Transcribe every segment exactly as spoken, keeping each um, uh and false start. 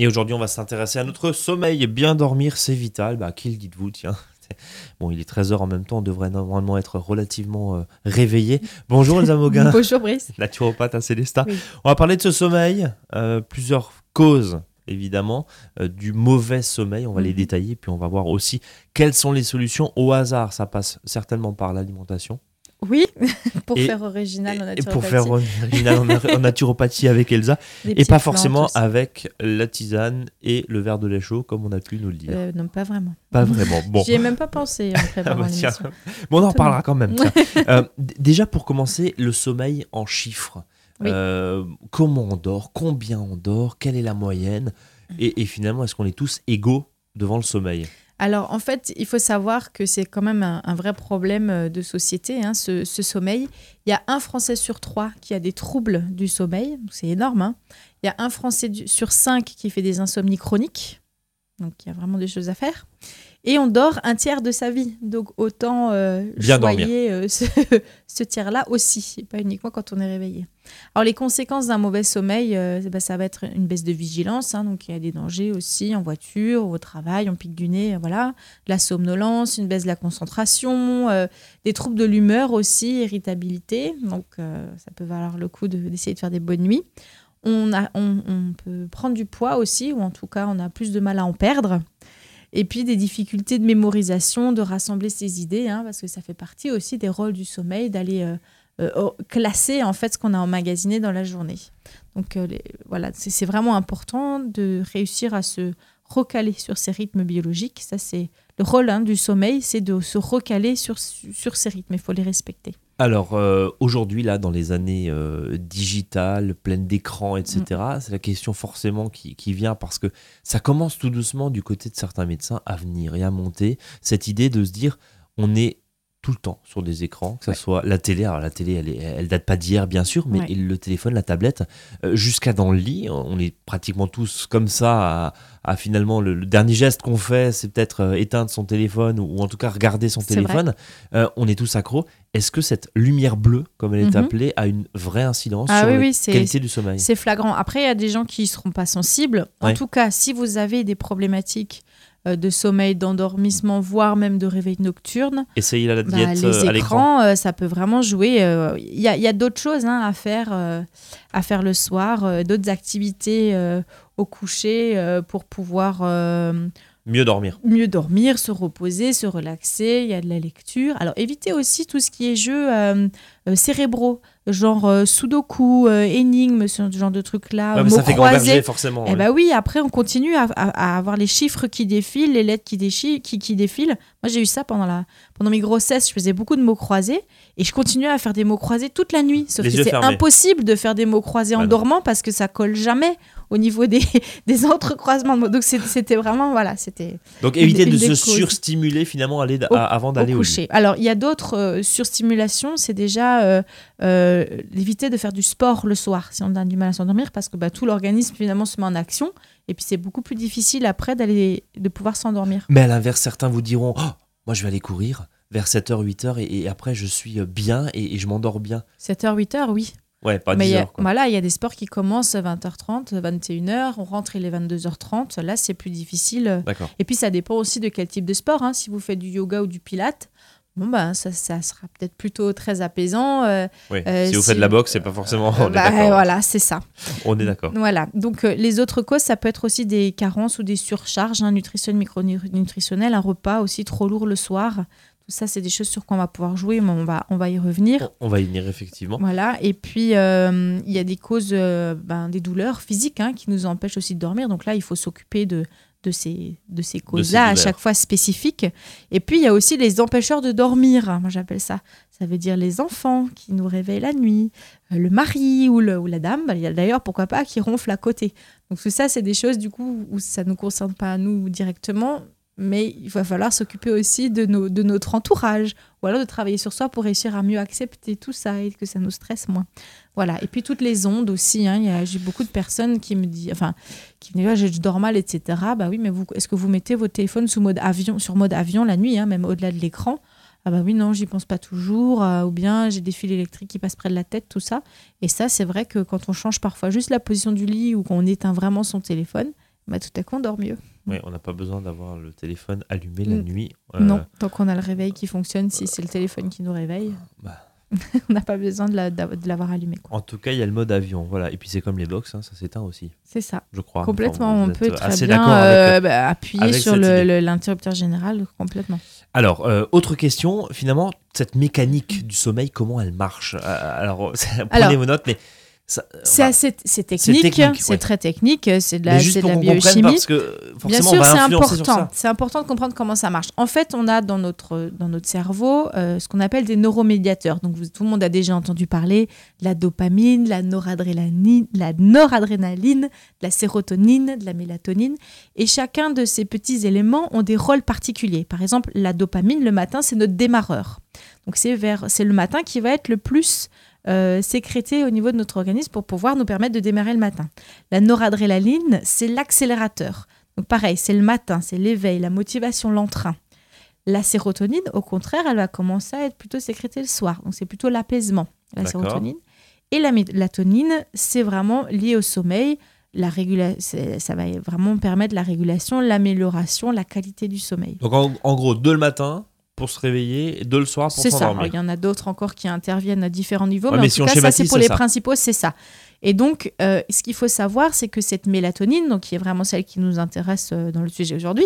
Et aujourd'hui, on va s'intéresser à notre sommeil. Bien dormir, c'est vital. Bah, qui le dites-vous, tiens. Bon, il est treize heures en même temps, on devrait normalement être relativement euh, réveillé. Bonjour Elsa Mauguin. Bonjour Brice. Naturopathe à Célestat. Oui. On va parler de ce sommeil, euh, plusieurs causes évidemment, euh, du mauvais sommeil, on va mmh. les détailler, puis on va voir aussi quelles sont les solutions au hasard. Ça passe certainement par l'alimentation. Oui, pour et, faire original en naturopathie. Et pour faire original en, en naturopathie avec Elsa, et pas forcément aussi. Avec la tisane et le verre de lait chaud, comme on a pu nous le dire. Euh, non, pas vraiment. Pas vraiment, bon. J'y ai même pas pensé en préparant ah bah l'émission. Bon, on en reparlera quand même. euh, d- déjà, pour commencer, le sommeil en chiffres. Oui. Euh, comment on dort, combien on dort, quelle est la moyenne, et, et finalement, est-ce qu'on est tous égaux devant le sommeil ? Alors, en fait, il faut savoir que c'est quand même un, un vrai problème de société, hein, ce, ce sommeil. Il y a un Français sur trois qui a des troubles du sommeil, c'est énorme. Hein. Il y a un Français du, sur cinq qui fait des insomnies chroniques, donc il y a vraiment des choses à faire. Et on dort un tiers de sa vie, donc autant euh, choyer euh, ce, ce tiers-là aussi, pas uniquement quand on est réveillé. Alors les conséquences d'un mauvais sommeil, euh, bah, ça va être une baisse de vigilance, hein, donc il y a des dangers aussi en voiture, au travail, on pique du nez, voilà, de la somnolence, une baisse de la concentration, euh, des troubles de l'humeur aussi, irritabilité, donc euh, ça peut valoir le coup de, d'essayer de faire des bonnes nuits. On, a, on, on peut prendre du poids aussi, ou en tout cas on a plus de mal à en perdre. Et puis des difficultés de mémorisation, de rassembler ses idées, hein, parce que ça fait partie aussi des rôles du sommeil, d'aller euh, euh, classer en fait ce qu'on a emmagasiné dans la journée. Donc euh, les, voilà, c'est, c'est vraiment important de réussir à se recaler sur ces rythmes biologiques. Ça, c'est le rôle hein, du sommeil, c'est de se recaler sur, sur ces rythmes. Il faut les respecter. Alors, euh, aujourd'hui, là, dans les années euh, digitales, pleines d'écrans, et cetera, mmh. c'est la question forcément qui, qui vient parce que ça commence tout doucement du côté de certains médecins à venir et à monter cette idée de se dire on est tout le temps sur des écrans, que ce ouais. soit la télé, alors la télé, elle, est, elle date pas d'hier, bien sûr, mais ouais. le téléphone, la tablette, euh, jusqu'à dans le lit, on est pratiquement tous comme ça à, à finalement, le, le dernier geste qu'on fait, c'est peut-être euh, éteindre son téléphone ou, ou en tout cas regarder son c'est téléphone. Euh, on est tous accros. Est-ce que cette lumière bleue, comme elle est mm-hmm. appelée, a une vraie incidence ah sur oui, la oui, qualité du sommeil ? C'est flagrant. Après, il y a des gens qui ne seront pas sensibles. En ouais. tout cas, si vous avez des problématiques de sommeil, d'endormissement, voire même de réveil nocturne. Essayez la diète bah, les à l'écran. Euh, ça peut vraiment jouer. Il euh, y, a, y a d'autres choses hein, à, faire, euh, à faire le soir, euh, d'autres activités euh, au coucher euh, pour pouvoir... Euh, Mieux dormir. Mieux dormir, se reposer, se relaxer. Il y a de la lecture. Alors, évitez aussi tout ce qui est jeux euh, euh, cérébraux, genre euh, sudoku, euh, énigmes, ce genre de trucs-là. Ouais, mais ça fait gamberger, forcément. Eh oui. bah oui, après, on continue à, à, à avoir les chiffres qui défilent, les lettres qui, déchi- qui, qui défilent. Moi, j'ai eu ça pendant, la, pendant mes grossesses. Je faisais beaucoup de mots croisés et je continuais à faire des mots croisés toute la nuit. Sauf les que c'est fermés. impossible de faire des mots croisés bah en non. dormant parce que ça colle jamais au niveau des, des entrecroisements de mots. Donc, c'était vraiment, voilà, c'était... Donc, éviter de se causes. surstimuler, finalement, aller d- au, avant d'aller au coucher. Au lit. Alors, il y a d'autres euh, surstimulations. C'est déjà euh, euh, éviter de faire du sport le soir, si on a du mal à s'endormir, parce que bah, tout l'organisme, finalement, se met en action. Et puis, c'est beaucoup plus difficile, après, d'aller, de pouvoir s'endormir. Mais à l'inverse, certains vous diront oh, « Moi, je vais aller courir vers sept heures, huit heures, et, et après, je suis bien et, et je m'endors bien. » sept heures, huit heures, oui. Ouais, pas mais dix heures. Quoi. Voilà, il y a des sports qui commencent à vingt heures trente, vingt et une heures, on rentre, il est vingt-deux heures trente. Là, c'est plus difficile. D'accord. Et puis, ça dépend aussi de quel type de sport. Hein. Si vous faites du yoga ou du pilates, bon, bah, ça, ça sera peut-être plutôt très apaisant. Euh, oui. euh, si vous si... faites de la boxe, c'est pas forcément... On bah, est d'accord. Voilà, c'est ça. On est d'accord. Voilà. Donc, euh, les autres causes, ça peut être aussi des carences ou des surcharges hein, nutritionnelles, micronutritionnelles, un repas aussi trop lourd le soir. Tout ça, c'est des choses sur quoi on va pouvoir jouer, mais on va, on va y revenir. On va y venir, effectivement. Voilà. Et puis, il euh, y a des causes, euh, ben, des douleurs physiques hein, qui nous empêchent aussi de dormir. Donc là, il faut s'occuper de, de ces, de ces causes-là, à chaque fois spécifiques. Et puis, il y a aussi les empêcheurs de dormir. Moi, j'appelle ça. Ça veut dire les enfants qui nous réveillent la nuit, euh, le mari ou, le, ou la dame. Il y a d'ailleurs, pourquoi pas, qui ronfle à côté. Donc tout ça, c'est des choses, du coup, où ça ne nous concerne pas à nous directement. Mais il va falloir s'occuper aussi de, nos, de notre entourage ou alors de travailler sur soi pour réussir à mieux accepter tout ça et que ça nous stresse moins. Voilà. Et puis toutes les ondes aussi. Hein. Il y a, j'ai beaucoup de personnes qui me disent, enfin, qui me disent, je dors mal, et cetera. Bah oui, mais vous, est-ce que vous mettez votre téléphone sous mode avion, sur mode avion la nuit, hein, même au-delà de l'écran ? Ah bah oui, non, j'y pense pas toujours. Euh, ou bien j'ai des fils électriques qui passent près de la tête, tout ça. Et ça, c'est vrai que quand on change parfois juste la position du lit ou qu'on éteint vraiment son téléphone, bah, tout à coup, on dort mieux. Ouais, on n'a pas besoin d'avoir le téléphone allumé la N- nuit. Euh, Non, tant qu'on a le réveil qui fonctionne, si c'est le téléphone qui nous réveille, bah, on n'a pas besoin de, la- de l'avoir allumé, quoi. en tout cas, il y a le mode avion. Voilà. Et puis c'est comme les box, hein, ça s'éteint aussi, C'est ça. je crois. Complètement, Enfin, vous on êtes peut très assez bien d'accord avec- euh, bah, appuyer avec sur cette le- idée. le- l'interrupteur général, complètement. Alors, euh, autre question, finalement, cette mécanique du sommeil, comment elle marche? Euh, Alors, prenez Alors, vos notes, mais ça, C'est enfin, assez, c'est technique, technique, c'est ouais. très technique, c'est de la, mais juste c'est de pour la qu'on comprenne, biochimie. parce que forcément, Bien on sûr, va c'est influencer sur important. ça. C'est important de comprendre comment ça marche. En fait, on a dans notre, dans notre cerveau euh, ce qu'on appelle des neuromédiateurs. Donc, vous- tout le monde a déjà entendu parler de la dopamine, la noradrénaline, la noradrénaline, de la sérotonine, de la mélatonine. Et chacun de ces petits éléments ont des rôles particuliers. Par exemple, la dopamine, le matin, c'est notre démarreur. Donc, c'est, vers, c'est le matin qui va être le plus euh, sécrété au niveau de notre organisme pour pouvoir nous permettre de démarrer le matin. La noradrénaline, c'est l'accélérateur. Donc pareil, c'est le matin, c'est l'éveil, la motivation, l'entrain. La sérotonine, au contraire, elle va commencer à être plutôt sécrétée le soir. Donc c'est plutôt l'apaisement, la D'accord. sérotonine. Et la mélatonine, c'est vraiment lié au sommeil. La régula- c'est- ça va vraiment permettre la régulation, l'amélioration, la qualité du sommeil. Donc, en, en gros, deux le matin pour se réveiller et deux le soir pour C'est ça. Alors, s'endormir. il y en a d'autres encore qui interviennent à différents niveaux, Ouais, mais, mais en si tout on cas, ça, schématise, c'est pour c'est les ça. principaux, c'est ça. Et donc, euh, ce qu'il faut savoir, c'est que cette mélatonine, donc, qui est vraiment celle qui nous intéresse euh, dans le sujet aujourd'hui,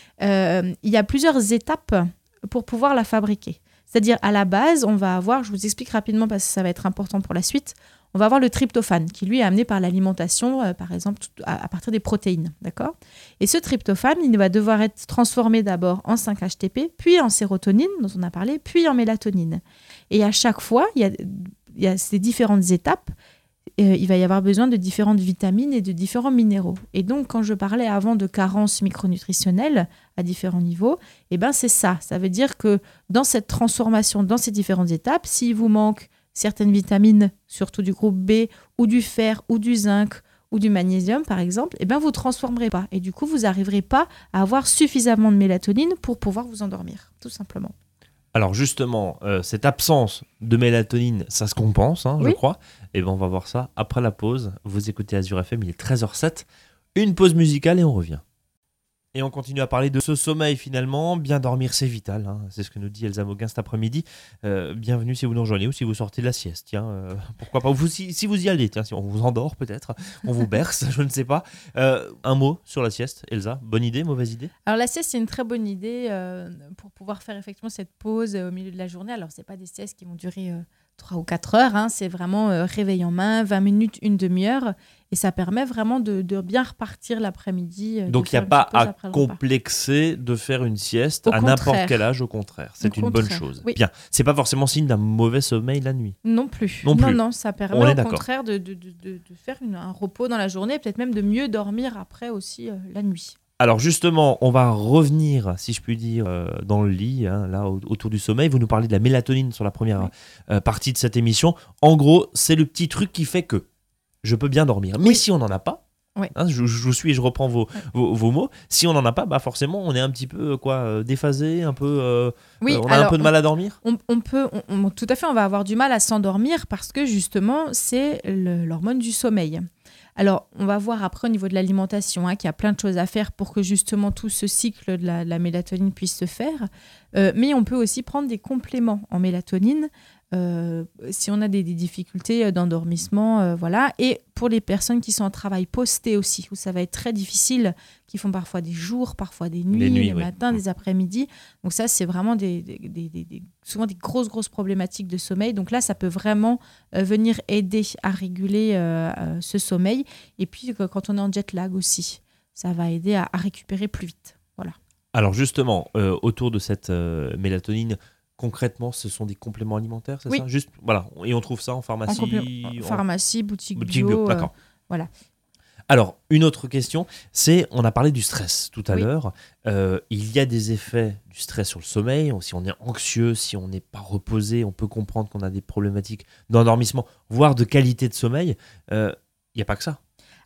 euh, il y a plusieurs étapes pour pouvoir la fabriquer. C'est-à-dire, à la base, on va avoir, je vous explique rapidement parce que ça va être important pour la suite, on va avoir le tryptophane qui, lui, est amené par l'alimentation, euh, par exemple, tout- à, à partir des protéines. D'accord ? Et ce tryptophane, il va devoir être transformé d'abord en cinq H T P, puis en sérotonine, dont on a parlé, puis en mélatonine. Et à chaque fois, il y a, il y a ces différentes étapes. Euh, il va y avoir besoin de différentes vitamines et de différents minéraux. Et donc, quand je parlais avant de carences micronutritionnelles à différents niveaux, eh ben, c'est ça. Ça veut dire que dans cette transformation, dans ces différentes étapes, s'il vous manque certaines vitamines, surtout du groupe B, ou du fer, ou du zinc, ou du magnésium, par exemple, eh ben, vous ne transformerez pas. Et du coup, vous n'arriverez pas à avoir suffisamment de mélatonine pour pouvoir vous endormir, tout simplement. Alors justement, euh, cette absence de mélatonine, ça se compense, hein, je Oui. crois. Et ben on va voir ça après la pause. Vous écoutez Azure F M, il est treize heures zéro sept. Une pause musicale et on revient. Et on continue à parler de ce sommeil finalement. Bien dormir, c'est vital, hein. C'est ce que nous dit Elsa Mauguin cet après-midi. Euh, bienvenue si vous nous rejoignez ou si vous sortez de la sieste. Tiens, euh, pourquoi pas. Vous, si, si vous y allez, tiens, si on vous endort peut-être, on vous berce, je ne sais pas. Euh, un mot sur la sieste, Elsa. Bonne idée, mauvaise idée? Alors la sieste, c'est une très bonne idée euh, pour pouvoir faire effectivement cette pause euh, au milieu de la journée. Alors, ce n'est pas des siestes qui vont durer euh, trois ou quatre heures, hein. C'est vraiment euh, réveil en main, vingt minutes, une demi-heure. Et ça permet vraiment de, de bien repartir l'après-midi. euh, de Donc il n'y a faire une pas petite pause à après le repas. complexer de faire une sieste Au à n'importe contraire. quel âge, au contraire. C'est Au une bonne contraire, chose. oui. Bien, c'est pas forcément signe d'un mauvais sommeil la nuit. Non plus. Non plus. non, ça permet On est au d'accord. contraire de, de, de, de- de faire une- un repos dans la journée, et peut-être même de mieux dormir après aussi euh, la nuit. Alors justement, on va revenir, si je puis dire, euh, dans le lit, hein, là, au- autour du sommeil. Vous nous parlez de la mélatonine sur la première Oui. euh, partie de cette émission. En gros, c'est le petit truc qui fait que je peux bien dormir. Mais Oui. si on n'en a pas, Oui. hein, je, je vous suis et je reprends vos, Oui. vos, vos mots, si on n'en a pas, bah forcément, on est un petit peu euh, quoi, euh, déphasé, un peu, euh, Oui, euh, on a alors, un peu de mal à dormir. On, on peut, on- on- tout à fait, on va avoir du mal à s'endormir parce que justement, c'est le- l'hormone du sommeil. Alors, on va voir après au niveau de l'alimentation hein, qu'il y a plein de choses à faire pour que justement tout ce cycle de la, de la mélatonine puisse se faire. Euh, mais on peut aussi prendre des compléments en mélatonine euh, si on a des, des difficultés d'endormissement. Euh, voilà. Et pour les personnes qui sont en travail posté aussi, où ça va être très difficile, qui font parfois des jours, parfois des nuits, Des nuits, des oui. matins, des après-midi. Donc ça, c'est vraiment des, des- des- des- des- souvent des grosses, grosses problématiques de sommeil. Donc là, ça peut vraiment euh, venir aider à réguler euh, euh, ce sommeil. Et puis, que- quand on est en jet lag aussi, ça va aider à, à récupérer plus vite. Voilà. Alors justement, euh, autour de cette euh, mélatonine, concrètement, ce sont des compléments alimentaires, c'est Oui. ça? Juste, voilà, et on trouve ça en En pharmacie. complé- en- Pharmacie, boutique, Boutique bio. bio, euh, d'accord. voilà. Alors, une autre question, c'est, on a parlé du stress tout à Oui. l'heure. Euh, il y a des effets du stress sur le sommeil. Si on est anxieux, si on n'est pas reposé, on peut comprendre qu'on a des problématiques d'endormissement, voire de qualité de sommeil. Euh, Il n'y a pas que ça.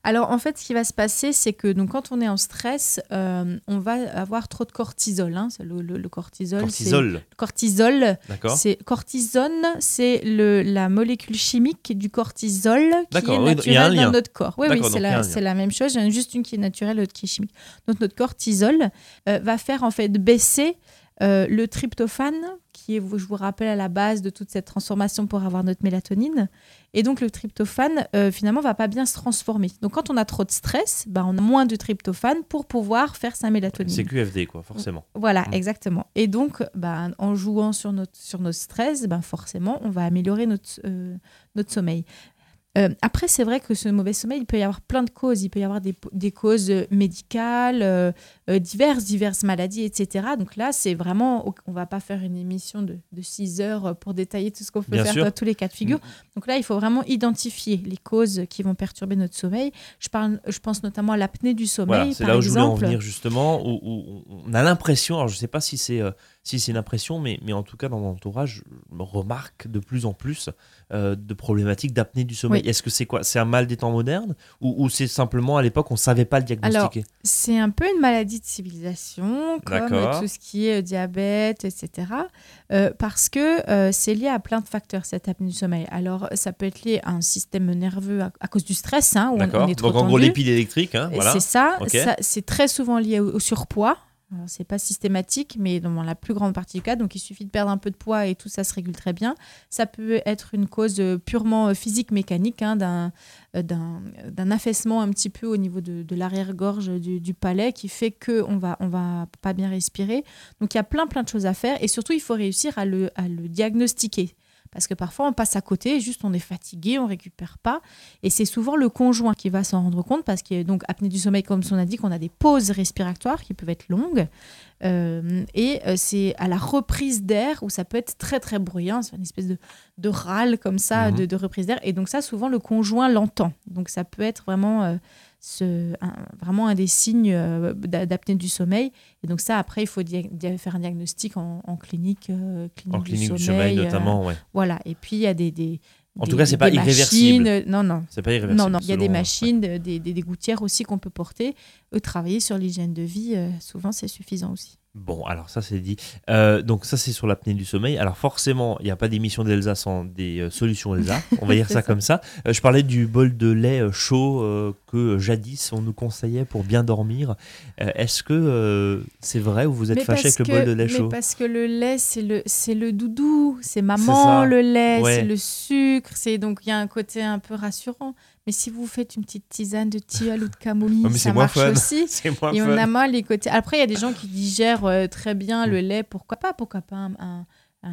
Alors en fait, ce qui va se passer, c'est que donc, quand on est en stress, euh, on va avoir trop de cortisol. Hein. Le, le, le cortisol, cortisol. C'est, le cortisol, D'accord. c'est cortisone, c'est le, la molécule chimique du cortisol qui D'accord, est oui, il y a un naturelle lien. dans notre corps. Oui, oui, D'accord, c'est donc il y a un la, lien. c'est la même chose. Il y en a juste une qui est naturelle, l'autre qui est chimique. Donc notre cortisol euh, va faire en fait baisser euh, le tryptophane, qui est, je vous rappelle, à la base de toute cette transformation pour avoir notre mélatonine. Et donc, le tryptophane, euh, finalement, va pas bien se transformer. Donc, quand on a trop de stress, bah, on a moins de tryptophane pour pouvoir faire sa mélatonine. C'est Q F D, quoi, forcément. Voilà, Mmh. exactement. Et donc, bah, en jouant sur notre, sur notre stress, bah, forcément, on va améliorer notre, euh, notre sommeil. Euh, après, c'est vrai que ce mauvais sommeil, il peut y avoir plein de causes. Il peut y avoir des, des causes médicales, euh, euh, diverses, diverses maladies, et cetera. Donc là, c'est vraiment... On ne va pas faire une émission de, de six heures pour détailler tout ce qu'on peut Bien faire sûr. dans tous les cas de figure. Donc là, il faut vraiment identifier les causes qui vont perturber notre sommeil. Je, parle, je pense notamment à l'apnée du sommeil, Voilà, c'est par là où je voulais en exemple. venir justement, où, où on a l'impression, alors je ne sais pas si c'est, euh, si c'est une impression, mais, mais en tout cas dans mon entourage, je remarque de plus en plus euh, de problématiques d'apnée du sommeil. Oui. Est-ce que c'est quoi? C'est un mal des temps modernes ou, ou c'est simplement à l'époque on ne savait pas le diagnostiquer? Alors, c'est un peu une maladie de civilisation, comme D'accord. tout ce qui est diabète, et cetera. Euh, parce que euh, c'est lié à plein de facteurs, cette apnée du sommeil. Alors, ça peut être lié à un système nerveux à, à cause du stress, hein, où on, D'accord. on est trop Donc en tendu. gros les piles électriques, hein, voilà. C'est ça, Ok. ça. C'est très souvent lié au, au surpoids. Alors, c'est pas systématique, mais dans la plus grande partie du cas. Donc, il suffit de perdre un peu de poids et tout ça se régule très bien. Ça peut être une cause euh, purement euh, physique, mécanique, hein, d'un, euh, d'un, d'un affaissement un petit peu au niveau de, de l'arrière-gorge du, du palais qui fait qu'on va, on va pas bien respirer. Donc, il y a plein, plein de choses à faire. Et surtout, il faut réussir à le, à le diagnostiquer. Parce que parfois, on passe à côté, juste on est fatigué, on ne récupère pas. Et c'est souvent le conjoint qui va s'en rendre compte parce que donc apnée du sommeil, comme on a dit, qu'on a des pauses respiratoires qui peuvent être longues. Euh, et euh, c'est à la reprise d'air où ça peut être très, très bruyant. C'est une espèce de, de râle comme ça, Mhm. de, de reprise d'air. Et donc ça, souvent, le conjoint l'entend. Donc ça peut être vraiment... Euh, Ce, un, vraiment un des signes euh, d'apnée du sommeil. Et donc ça, après, il faut dia- dia- faire un diagnostic en, en clinique, euh, clinique, En clinique du du sommeil. sommeil euh, notamment, ouais. voilà. Et puis, il y a des... des En des- tout cas, c'est pas des irréversible. machines. Non, non. C'est pas irréversible. Non, non. Il y a des selon- machines, des, des, des gouttières aussi qu'on peut porter. Eux, travailler sur l'hygiène de vie, euh, souvent, c'est suffisant aussi. Bon, alors ça c'est dit. Euh, donc ça c'est sur l'apnée du sommeil. Alors forcément, il n'y a pas d'émission d'Elsa sans des euh, solutions Elsa. On va dire C'est ça, ça. comme ça. Euh, je parlais du bol de lait euh, chaud euh, que euh, jadis on nous conseillait pour bien dormir. Euh, est-ce que euh, c'est vrai ou vous êtes Mais fâché avec parce le bol que- de lait mais chaud? parce que le lait, c'est le, c'est le doudou. C'est C'est maman, ça. le lait, Ouais. c'est le sucre. C'est, donc, il y a un côté un peu rassurant. Mais si vous faites une petite tisane de tilleul ou de camomille, Oh, mais ça c'est moins marche fun. aussi. C'est moins Et fun. on a mal les côtés. Après, il y a des gens qui digèrent euh, très bien Mm. le lait. Pourquoi pas? Pourquoi pas un, un, un,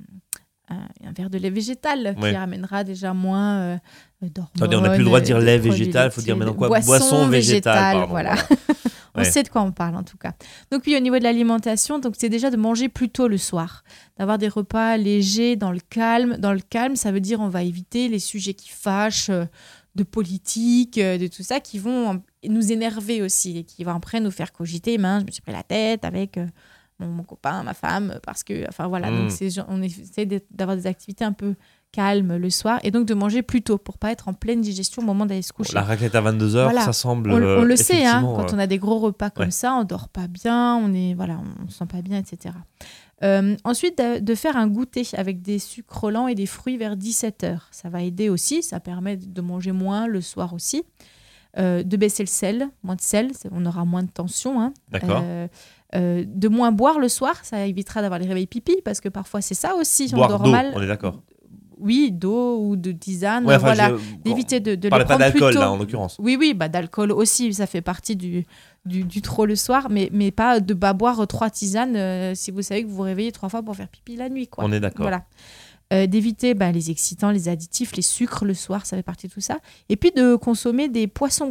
un- un verre de lait végétal Ouais. qui ramènera déjà moins euh, d'hormones. Attendez, on n'a plus le droit de dire de lait produits végétal, il faut dire laitiers, maintenant de quoi? boissons Boisson végétale, végétales, pardon, voilà. voilà. On Ouais. sait de quoi on parle en tout cas. Donc puis au niveau de l'alimentation, donc c'est déjà de manger plus tôt le soir, d'avoir des repas légers dans le calme. Dans le calme, ça veut dire on va éviter les sujets qui fâchent, euh, de politique, euh, de tout ça, qui vont euh, nous énerver aussi et qui vont après nous faire cogiter. Mince, je me suis pris la tête avec euh, mon, mon copain, ma femme, parce que, enfin voilà. Mm. Donc c'est, genre- on essaie d'être- d'avoir des activités un peu calmes le soir et donc de manger plus tôt pour pas être en pleine digestion au moment d'aller se coucher. La raclette à vingt-deux heures, Voilà. ça semble. On, on euh, le sait, hein, effectivement, quand euh, on a des gros repas comme ouais. ça, on dort pas bien, on est, voilà, on se sent pas bien, et cetera. Euh, ensuite, de, de faire un goûter avec des sucres lents et des fruits vers dix-sept heures. Ça va aider aussi, ça permet de manger moins le soir aussi. Euh, de baisser le sel, moins de sel, c'est- on aura moins de tension. Hein. D'accord. Euh, euh, de moins boire le soir, ça évitera d'avoir les réveils pipi, parce que parfois c'est ça aussi, on Boire dort d'eau, mal. on est d'accord. Oui, d'eau ou de tisane, Ouais, enfin, voilà. je- D'éviter de, de On parlait les pas prendre plus d'alcool tôt. là en l'occurrence. Oui, oui, bah, d'alcool aussi, ça fait partie du, du, du trop le soir, mais, mais pas de bah, boire trois tisanes euh, si vous savez que vous vous réveillez trois fois pour faire pipi la nuit. Quoi. On est d'accord. Voilà. Euh, d'éviter bah, les excitants, les additifs, les sucres le soir, ça fait partie de tout ça. Et puis de consommer des poissons gras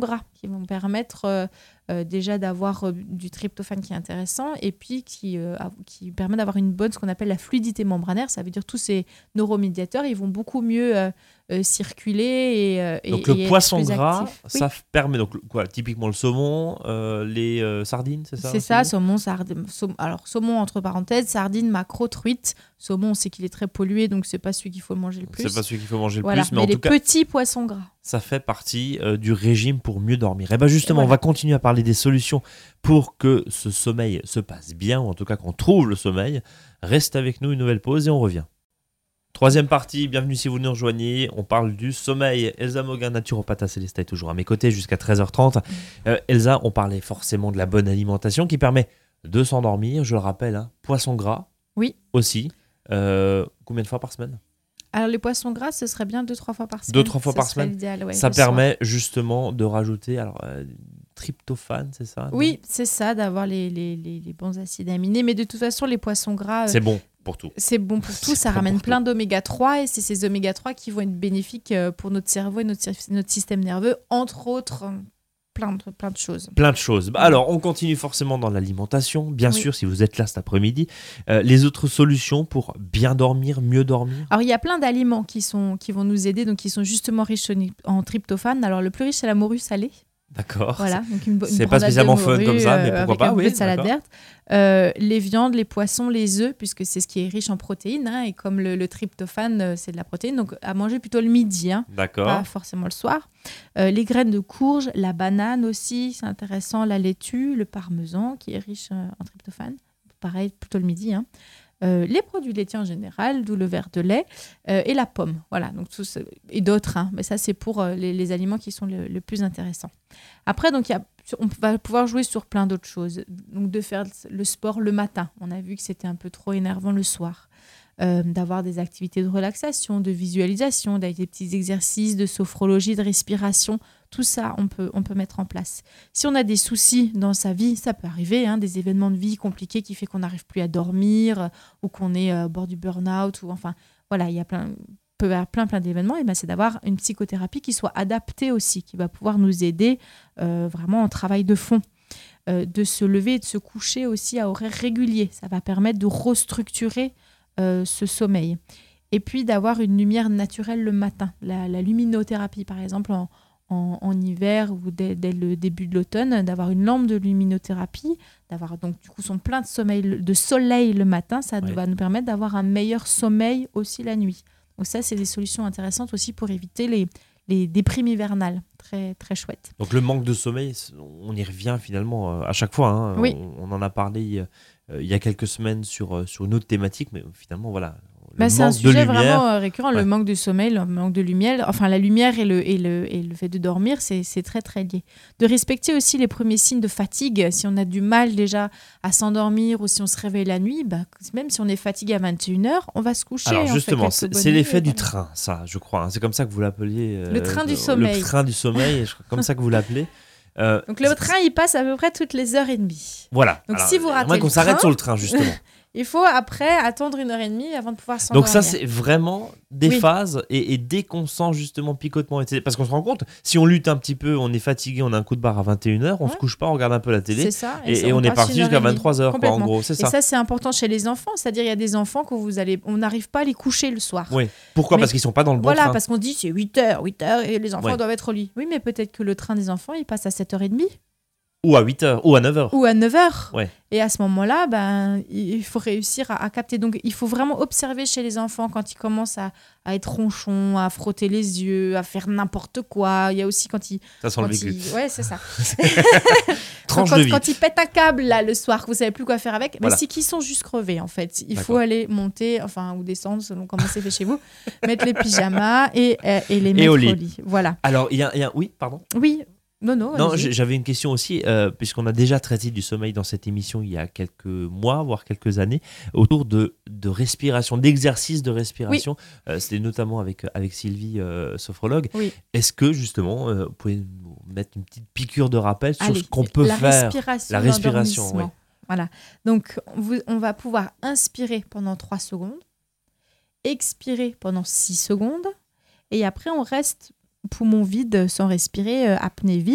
qui vont permettre euh, euh, déjà d'avoir euh, du tryptophane qui est intéressant et puis qui, euh, qui permet d'avoir une bonne, ce qu'on appelle la fluidité membranaire. Ça veut dire tous ces neuromédiateurs, ils vont beaucoup mieux euh, euh, circuler et, euh, Donc et, le et poisson être plus gras, actif. ça Oui. permet, donc quoi, typiquement le saumon, euh, les euh, sardines, c'est ça C'est aussi ça, saumon, sardine. Saum- alors, saumon, entre parenthèses, sardine, maquereau, truite. Saumon, on sait qu'il est très pollué, donc c'est pas celui qu'il faut manger le plus. C'est pas celui qu'il faut manger le Voilà. plus, mais, mais en les tout cas, petits poissons gras. ça fait partie euh, du régime pour mieux dormir. Et bien justement, Et on voilà. va continuer à parler des solutions pour que ce sommeil se passe bien, ou en tout cas qu'on trouve le sommeil. Reste avec nous, une nouvelle pause et on revient. Troisième partie, bienvenue si vous nous rejoignez. On parle du sommeil. Elsa Moguin, naturopathe à Célestat, est toujours à mes côtés jusqu'à treize heures trente. Euh, Elsa, on parlait forcément de la bonne alimentation qui permet de s'endormir. Je le rappelle, hein, poisson gras Oui. aussi. Euh, combien de fois par semaine ? Alors, les poissons gras, ce serait bien deux, trois fois par semaine. Deux, trois fois Ce par serait semaine. l'idéal, ouais, Ça le soir. permet justement de rajouter alors, euh, tryptophane, c'est ça non Oui, c'est ça, d'avoir les, les, les, les bons acides aminés. Mais de toute façon, les poissons gras, euh, C'est bon pour tout. c'est bon pour tout. C'est Ça bon ramène pour plein d'oméga trois et c'est ces oméga trois qui vont être bénéfiques euh, pour notre cerveau et notre, notre système nerveux, entre autres, euh, plein de, plein de choses. Plein de choses. Bah, alors, on continue forcément dans l'alimentation. Bien Oui. sûr, si vous êtes là cet après-midi, euh, les autres solutions pour bien dormir, mieux dormir. Alors, il y a plein d'aliments qui, sont, qui vont nous aider, donc qui sont justement riches en, en tryptophane. Alors, le plus riche, c'est la morue salée. D'accord. Voilà, donc une, bo- une C'est pas brandade de spécialement fun morue, comme ça, mais euh, pourquoi avec pas, un peu oui, de salade d'accord. verte. Euh, les viandes, les poissons, les œufs, puisque c'est ce qui est riche en protéines. Hein, et comme le, le tryptophane, euh, c'est de la protéine, donc à manger plutôt le midi, hein, D'accord. pas forcément le soir. Euh, les graines de courge, la banane aussi, c'est intéressant. La laitue, le parmesan, qui est riche euh, en tryptophane. Pareil, plutôt le midi. Hein. Euh, les produits laitiers en général, d'où le verre de lait, euh, et la pomme. Voilà, donc tout ce- et d'autres. Hein, mais ça, c'est pour euh, les, les aliments qui sont le, le plus intéressants. Après, donc, il y a, on va pouvoir jouer sur plein d'autres choses. Donc, de faire le sport le matin. On a vu que c'était un peu trop énervant le soir. Euh, d'avoir des activités de relaxation, de visualisation, d'avoir des petits exercices de sophrologie, de respiration. Tout ça, on peut, on peut mettre en place. Si on a des soucis dans sa vie, ça peut arriver, hein, des événements de vie compliqués qui fait qu'on n'arrive plus à dormir euh, ou qu'on est euh, au bord du burn-out. Ou, enfin, voilà, il y a plein, peut y avoir plein, plein d'événements. Et ben, c'est d'avoir une psychothérapie qui soit adaptée aussi, qui va pouvoir nous aider euh, vraiment en travail de fond. Euh, de se lever et de se coucher aussi à horaires réguliers. Ça va permettre de restructurer euh, ce sommeil. Et puis d'avoir une lumière naturelle le matin. La, la luminothérapie, par exemple, en, en, en hiver ou dès, dès le début de l'automne, d'avoir une lampe de luminothérapie, d'avoir donc du coup son plein de, sommeil, de soleil le matin, ça Ouais. va nous permettre d'avoir un meilleur sommeil aussi la nuit. Donc ça, c'est des solutions intéressantes aussi pour éviter les, les déprimes hivernales. Très, très chouette. Donc le manque de sommeil, c'est- on y revient finalement euh, à chaque fois. Hein. Oui. On, on en a parlé euh, il y a quelques semaines sur, euh, sur une autre thématique, mais finalement, voilà. Le Bah, c'est un manque de sujet lumière, vraiment euh, récurrent, Ouais. le manque de sommeil, le manque de lumière. Enfin, la lumière et le, et le, et le fait de dormir, c'est c'est très, très lié. De respecter aussi les premiers signes de fatigue. Si on a du mal déjà à s'endormir ou si on se réveille la nuit, bah, même si on est fatigué à vingt et une heures, on va se coucher. Alors on fait justement, quelques c'est bonnes c'est nuits l'effet et du voilà. train, ça, je crois. hein. C'est comme ça que vous l'appeliez. euh, Le train du Le sommeil. train du sommeil, je crois comme ça que vous l'appelez. Euh, Donc le train, il passe à peu près toutes les heures et demie. Voilà. Donc, Alors, si vous ratez j'aimerais qu'on le s'arrête train- sur le train, justement. Il faut après attendre une heure et demie avant de pouvoir s'endormir. Donc ça, c'est vraiment des Oui. phases. Et, et dès qu'on sent justement picotement, et cetera, parce qu'on se rend compte, si on lutte un petit peu, on est fatigué, on a un coup de barre à vingt et une heures, on Ouais. se couche pas, on regarde un peu la télé. C'est ça. Et, ça, et on, est passe parti une heure jusqu'à et demie. vingt-trois heures, quoi, en Complètement. gros. C'est Et ça. ça, c'est important chez les enfants. C'est-à-dire, il y a des enfants que vous allez, on n'arrive pas à les coucher le soir. Oui. Pourquoi Mais- Parce qu'ils sont pas dans le bon Voilà, train. parce qu'on dit c'est huit heures, huit heures, et les enfants Ouais. doivent être au lit. Oui, mais peut-être que le train des enfants, il passe à sept heures trente Ou à huit heures, ou à neuf heures. ou à neuf heures. Ouais. Et à ce moment-là, ben, il faut réussir à, à capter. Donc, il faut vraiment observer chez les enfants quand ils commencent à, à être ronchons, à frotter les yeux, à faire n'importe quoi. Il y a aussi quand ils... Ça sent le Quand vécu. ils... Ouais, c'est ça. Tranche quand, de vie. quand ils pètent un câble, là, le soir, que vous savez plus quoi faire avec, mais Voilà. c'est qu'ils sont juste crevés, en fait. Il faut D'accord. aller monter, enfin, ou descendre, selon comment c'est fait chez vous, mettre les pyjamas et, euh, et les Et mettre au au lit. lit. Voilà. Alors, il y a, il y a- Oui, pardon. Oui. Non, non. Non, allez-y. j'ai- j'avais une question aussi, euh, puisqu'on a déjà traité du sommeil dans cette émission il y a quelques mois, voire quelques années, autour de, de respiration, d'exercices de respiration. Euh, C'était notamment avec, avec Sylvie, euh, sophrologue. Oui. Est-ce que, justement, euh, vous pouvez nous mettre une petite piqûre de rappel sur Allez, ce qu'on peut la faire respiration La respiration, d'endormissement. Voilà. Donc, on, vous- on va pouvoir inspirer pendant trois secondes, expirer pendant six secondes, et après, on reste poumon vide sans respirer, euh, apnée vide,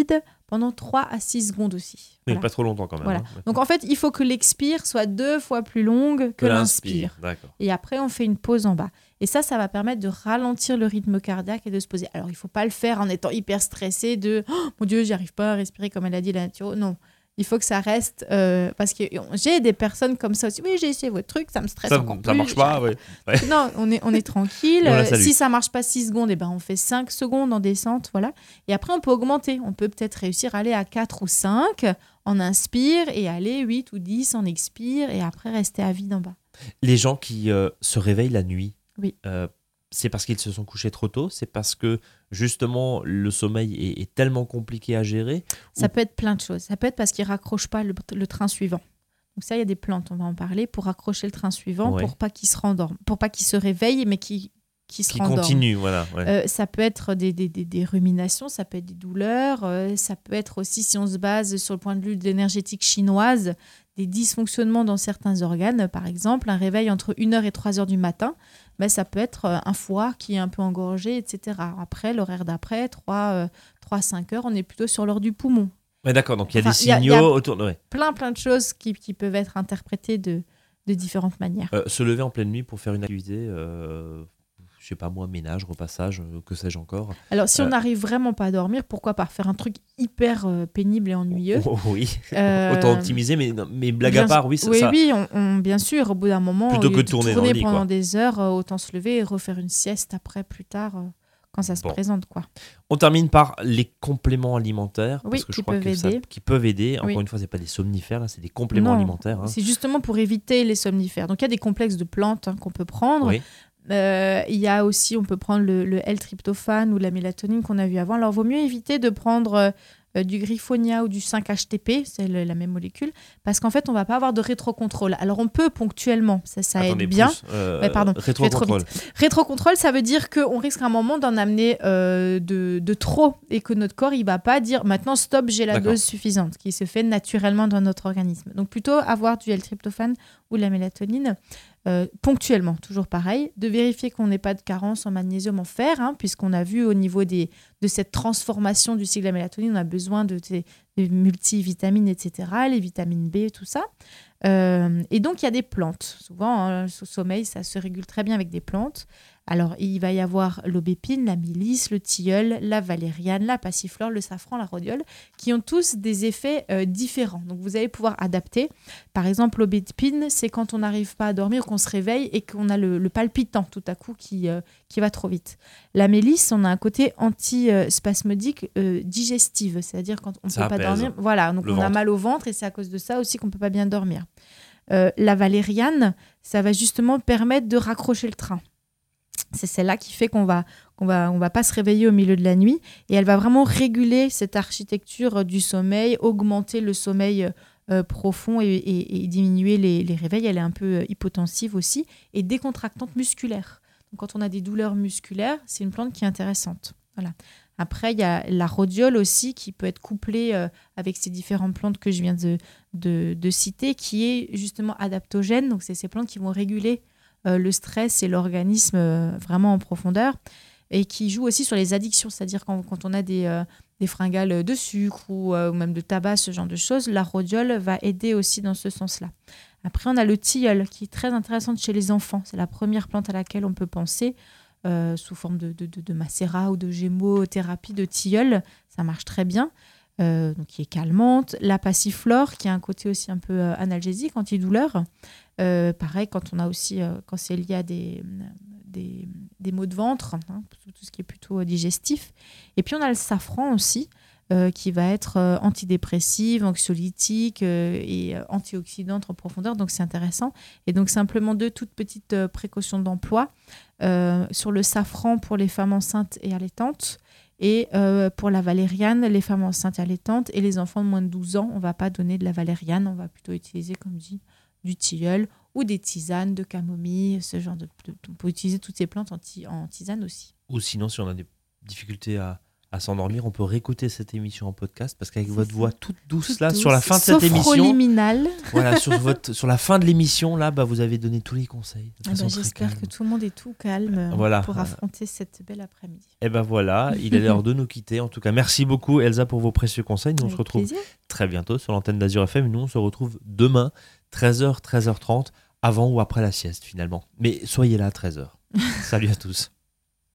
pendant trois à six secondes aussi. Mais Voilà. pas trop longtemps quand même. Voilà. Hein. Donc en fait, il faut que l'expire soit deux fois plus longue que l'inspire. D'accord. Et après, on fait une pause en bas. Et ça, ça va permettre de ralentir le rythme cardiaque et de se poser. Alors, il ne faut pas le faire en étant hyper stressé de oh, « Mon Dieu, j'y arrive pas à respirer comme elle a dit la nature. » Non, il faut que ça reste... Euh, parce que j'ai des personnes comme ça aussi. « Oui, j'ai essayé votre truc, ça me stresse Ça, encore ça plus. » marche pas, oui. Ouais. Non, on est, on est tranquille. On la Euh, salue. si ça ne marche pas six secondes, eh ben, on fait cinq secondes en descente. Voilà. Et après, on peut augmenter. On peut peut-être réussir à aller à quatre ou cinq en inspire et aller huit ou dix en expire et après rester à vide en bas. Les gens qui euh, se réveillent la nuit, Oui. euh, c'est parce qu'ils se sont couchés trop tôt, c'est parce que justement le sommeil est, est tellement compliqué à gérer. Ça ou... peut être plein de choses. Ça peut être parce qu'ils ne raccrochent pas le, le train suivant. Donc ça, il y a des plantes, on va en parler, pour raccrocher le train suivant, Ouais. pour pas qu'ils se rendorment, pour pas qu'ils se réveillent, mais qu'ils qui se qui rendorment. continue, voilà. Ouais. Euh, ça peut être des, des, des, des ruminations, ça peut être des douleurs, euh, ça peut être aussi, si on se base sur le point de vue de l'énergétique chinoise, des dysfonctionnements dans certains organes. Par exemple, un réveil entre une heure et trois heures du matin, ben, ça peut être un foie qui est un peu engorgé, et cetera. Après, l'horaire d'après, trois à cinq heures, on est plutôt sur l'heure du poumon. Ouais, d'accord, donc il y a Enfin, des y a- signaux y a- autour de... Ouais. Plein, plein de choses qui, qui peuvent être interprétées de, de différentes manières. Euh, se lever en pleine nuit pour faire une activité, euh, je sais pas moi, ménage, repassage, euh, que sais-je encore. Alors, si Euh, on n'arrive vraiment pas à dormir, pourquoi pas faire un truc hyper euh, pénible et ennuyeux. Oh, oui, Euh, autant optimiser, mais, non, mais blague bien à part, sûr- oui, ça, oui, ça- oui, on, on- bien sûr, au bout d'un moment, Plutôt au lieu que de tourner dans le lit, pendant quoi. des heures, euh, autant se lever et refaire une sieste après, plus tard, euh, quand ça se Bon. présente, quoi. On termine par les compléments alimentaires, Oui, parce que je qui crois peuvent que ça, aider. qui peuvent aider. Encore Oui. une fois, c'est pas des somnifères, là, c'est des compléments Non, alimentaires. Hein. C'est justement pour éviter les somnifères. Donc, il y a des complexes de plantes hein, qu'on peut prendre. Oui. Euh, Il y a aussi, on peut prendre le, le L-tryptophane ou la mélatonine qu'on a vu avant. Alors, il vaut mieux éviter de prendre euh, euh, du Griffonia ou du cinq H T P, c'est le- la même molécule, parce qu'en fait, on ne va pas avoir de rétrocontrôle. Alors, on peut ponctuellement, ça, ça Attendez, aide bien. pouce, euh, Ouais, pardon, je vais trop rétrocontrôle. Rétrocontrôle, ça veut dire qu'on risque à un moment d'en amener euh, de, de trop et que notre corps, il va pas dire maintenant stop, j'ai la D'accord. dose suffisante, qui se fait naturellement dans notre organisme. Donc plutôt avoir du L-tryptophane ou de la mélatonine euh, ponctuellement, toujours pareil. De vérifier qu'on n'ait pas de carence en magnésium, en fer, hein, puisqu'on a vu au niveau des, de cette transformation du cycle de la mélatonine, on a besoin de, de, de multivitamines, et cetera, les vitamines B, tout ça. Euh, et donc, il y a des plantes. Souvent, hein, le sommeil, ça se régule très bien avec des plantes. Alors, il va y avoir l'aubépine, la mélisse, le tilleul, la valériane, la passiflore, le safran, la rhodiole, qui ont tous des effets euh, différents. Donc, vous allez pouvoir adapter. Par exemple, l'aubépine, c'est quand on n'arrive pas à dormir, qu'on se réveille et qu'on a le, le palpitant tout à coup qui, euh, qui va trop vite. La mélisse, on a un côté anti-spasmodique euh, digestive, c'est-à-dire quand on ne Ça peut pas apaise dormir. Voilà, donc le on a ventre. mal au ventre et c'est à cause de ça aussi qu'on ne peut pas bien dormir. Euh, la valériane, ça va justement permettre de raccrocher le train. C'est celle-là qui fait qu'on va, qu'on va, on va pas se réveiller au milieu de la nuit et elle va vraiment réguler cette architecture du sommeil, augmenter le sommeil euh, profond et, et, et diminuer les, les réveils. Elle est un peu hypotensive aussi et décontractante musculaire. Donc, quand on a des douleurs musculaires, c'est une plante qui est intéressante. Voilà. Après, il y a la rhodiole aussi qui peut être couplée euh, avec ces différentes plantes que je viens de, de, de citer, qui est justement adaptogène. Donc, c'est ces plantes qui vont réguler euh, le stress et l'organisme euh, vraiment en profondeur et qui jouent aussi sur les addictions. C'est-à-dire quand, quand on a des, euh, des fringales de sucre ou, euh, ou même de tabac, ce genre de choses, la rhodiole va aider aussi dans ce sens-là. Après, on a le tilleul qui est très intéressante chez les enfants. C'est la première plante à laquelle on peut penser. Euh, sous forme de, de, de, de macérat ou de gémothérapie de tilleul, ça marche très bien, euh, donc qui est calmante. La passiflore qui a un côté aussi un peu euh, analgésique, antidouleur. Euh, pareil, quand on a aussi, euh, quand c'est lié à des, des, des maux de ventre, hein, tout ce qui est plutôt euh, digestif. Et puis on a le safran aussi, euh, qui va être euh, antidépressive, anxiolytique euh, et euh, antioxydante en profondeur, donc c'est intéressant. Et donc simplement deux toutes petites euh, précautions d'emploi. Euh, sur le safran pour les femmes enceintes et allaitantes et euh, pour la valériane, les femmes enceintes et allaitantes et les enfants de moins de douze ans, on ne va pas donner de la valériane, on va plutôt utiliser, comme dit, du tilleul ou des tisanes de camomille, ce genre de, de on peut utiliser toutes ces plantes en, ti, en tisane aussi. Ou sinon, si on a des difficultés à, à s'endormir, on peut réécouter cette émission en podcast parce qu'avec C'est votre ça. voix toute douce Toute là douce, sur la fin de cette émission, sophroliminale. voilà, sur, votre, sur la fin de l'émission là, bah, vous avez donné tous les conseils. de Ah façon bah, très J'espère calme. que tout le monde est tout calme Voilà. pour affronter cette belle après-midi. Et ben voilà, il est l'heure de nous quitter. En tout cas, merci beaucoup Elsa pour vos précieux conseils. Nous on Avec se retrouve plaisir. très bientôt sur l'antenne d'Azur F M. Nous on se retrouve demain, treize heures, treize heures trente, avant ou après la sieste finalement. Mais soyez là à treize heures. Salut à tous.